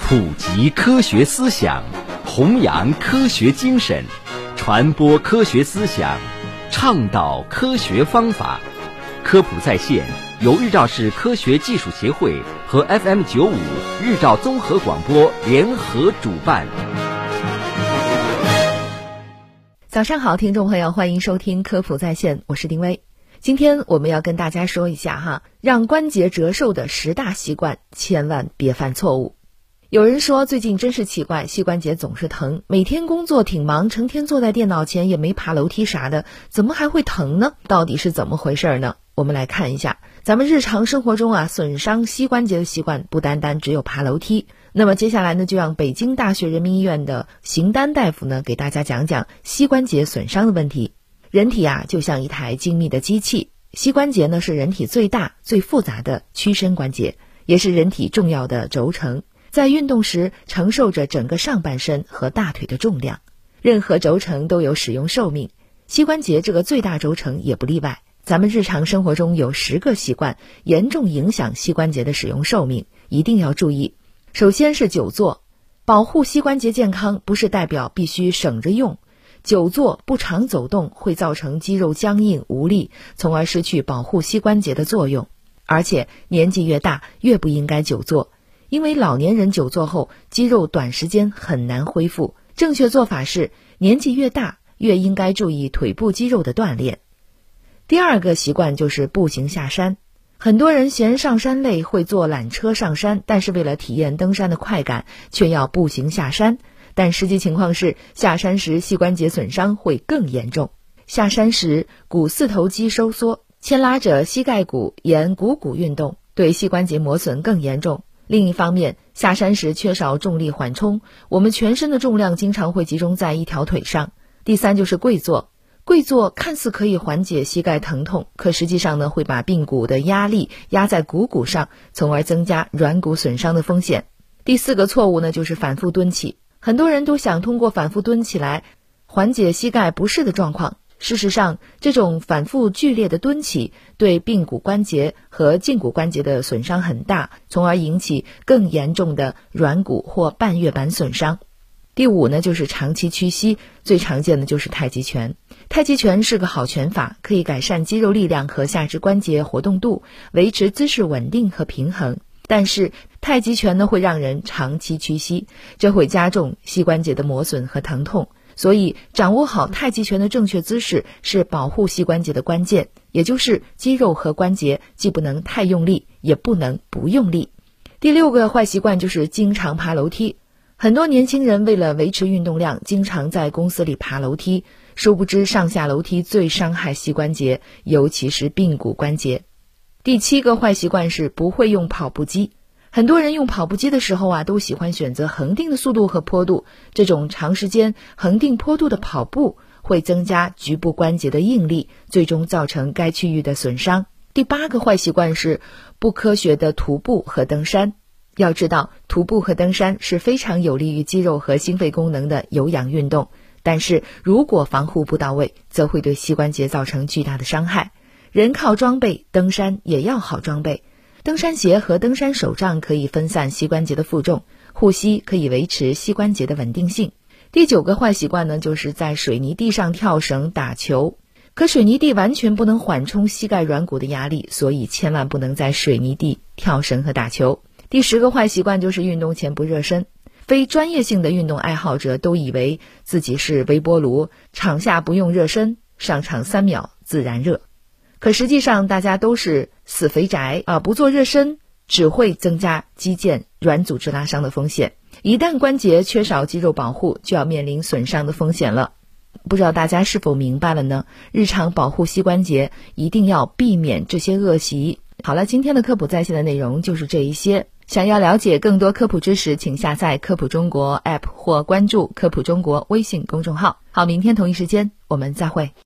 普及科学思想，弘扬科学精神，传播科学思想，倡导科学方法。科普在线由日照市科学技术协会和 FM95 日照综合广播联合主办。 早上好，听众朋友，欢迎收听科普在线，我是丁薇。今天我们要跟大家说一下让关节折寿的10大习惯，千万别犯错误。有人说最近真是奇怪，膝关节总是疼，每天工作挺忙，成天坐在电脑前也没爬楼梯啥的，怎么还会疼呢？到底是怎么回事呢？我们来看一下，咱们日常生活中损伤膝关节的习惯不单单只有爬楼梯。那么接下来呢，就让北京大学人民医院的邢丹大夫呢给大家讲讲膝关节损伤的问题。人体就像一台精密的机器，膝关节呢是人体最大最复杂的屈伸关节，也是人体重要的轴承，在运动时承受着整个上半身和大腿的重量。任何轴承都有使用寿命，膝关节这个最大轴承也不例外。咱们日常生活中有10个习惯严重影响膝关节的使用寿命，一定要注意。首先是久坐，保护膝关节健康不是代表必须省着用，久坐不常走动会造成肌肉僵硬无力，从而失去保护膝关节的作用。而且年纪越大越不应该久坐，因为老年人久坐后肌肉短时间很难恢复。正确做法是年纪越大越应该注意腿部肌肉的锻炼。第二个习惯就是步行下山。很多人嫌上山累会坐缆车上山，但是为了体验登山的快感却要步行下山，但实际情况是下山时膝关节损伤会更严重。下山时股四头肌收缩，牵拉着膝盖骨沿股骨运动，对膝关节磨损更严重。另一方面，下山时缺少重力缓冲，我们全身的重量经常会集中在一条腿上。第三就是跪坐。跪坐看似可以缓解膝盖疼痛，可实际上呢，会把髌骨的压力压在股骨上，从而增加软骨损伤的风险。第4个错误呢，就是反复蹲起。很多人都想通过反复蹲起来缓解膝盖不适的状况。事实上，这种反复剧烈的蹲起对髌骨关节和胫骨关节的损伤很大，从而引起更严重的软骨或半月板损伤。第5呢，就是长期屈膝，最常见的就是太极拳。太极拳是个好拳法，可以改善肌肉力量和下肢关节活动度，维持姿势稳定和平衡。但是太极拳呢会让人长期屈膝，这会加重膝关节的磨损和疼痛。所以掌握好太极拳的正确姿势是保护膝关节的关键，也就是肌肉和关节既不能太用力，也不能不用力。第6个坏习惯就是经常爬楼梯。很多年轻人为了维持运动量，经常在公司里爬楼梯，殊不知上下楼梯最伤害膝关节，尤其是髌骨关节。第7个坏习惯是不会用跑步机。很多人用跑步机的时候都喜欢选择恒定的速度和坡度，这种长时间恒定坡度的跑步会增加局部关节的应力，最终造成该区域的损伤。第8个坏习惯是不科学的徒步和登山。要知道，徒步和登山是非常有利于肌肉和心肺功能的有氧运动，但是如果防护不到位，则会对膝关节造成巨大的伤害。人靠装备，登山也要好装备。登山鞋和登山手杖可以分散膝关节的负重，护膝可以维持膝关节的稳定性。第9个坏习惯呢，就是在水泥地上跳绳打球。可水泥地完全不能缓冲膝盖软骨的压力，所以千万不能在水泥地跳绳和打球。第10个坏习惯就是运动前不热身。非专业性的运动爱好者都以为自己是微波炉，场下不用热身，上场3秒自然热。可实际上大家都是死肥宅不做热身只会增加肌腱软组织拉伤的风险。一旦关节缺少肌肉保护，就要面临损伤的风险了。不知道大家是否明白了呢？日常保护膝关节一定要避免这些恶习。好了，今天的科普在线的内容就是这一些。想要了解更多科普知识，请下载科普中国 App 或关注科普中国微信公众号。好，明天同一时间我们再会。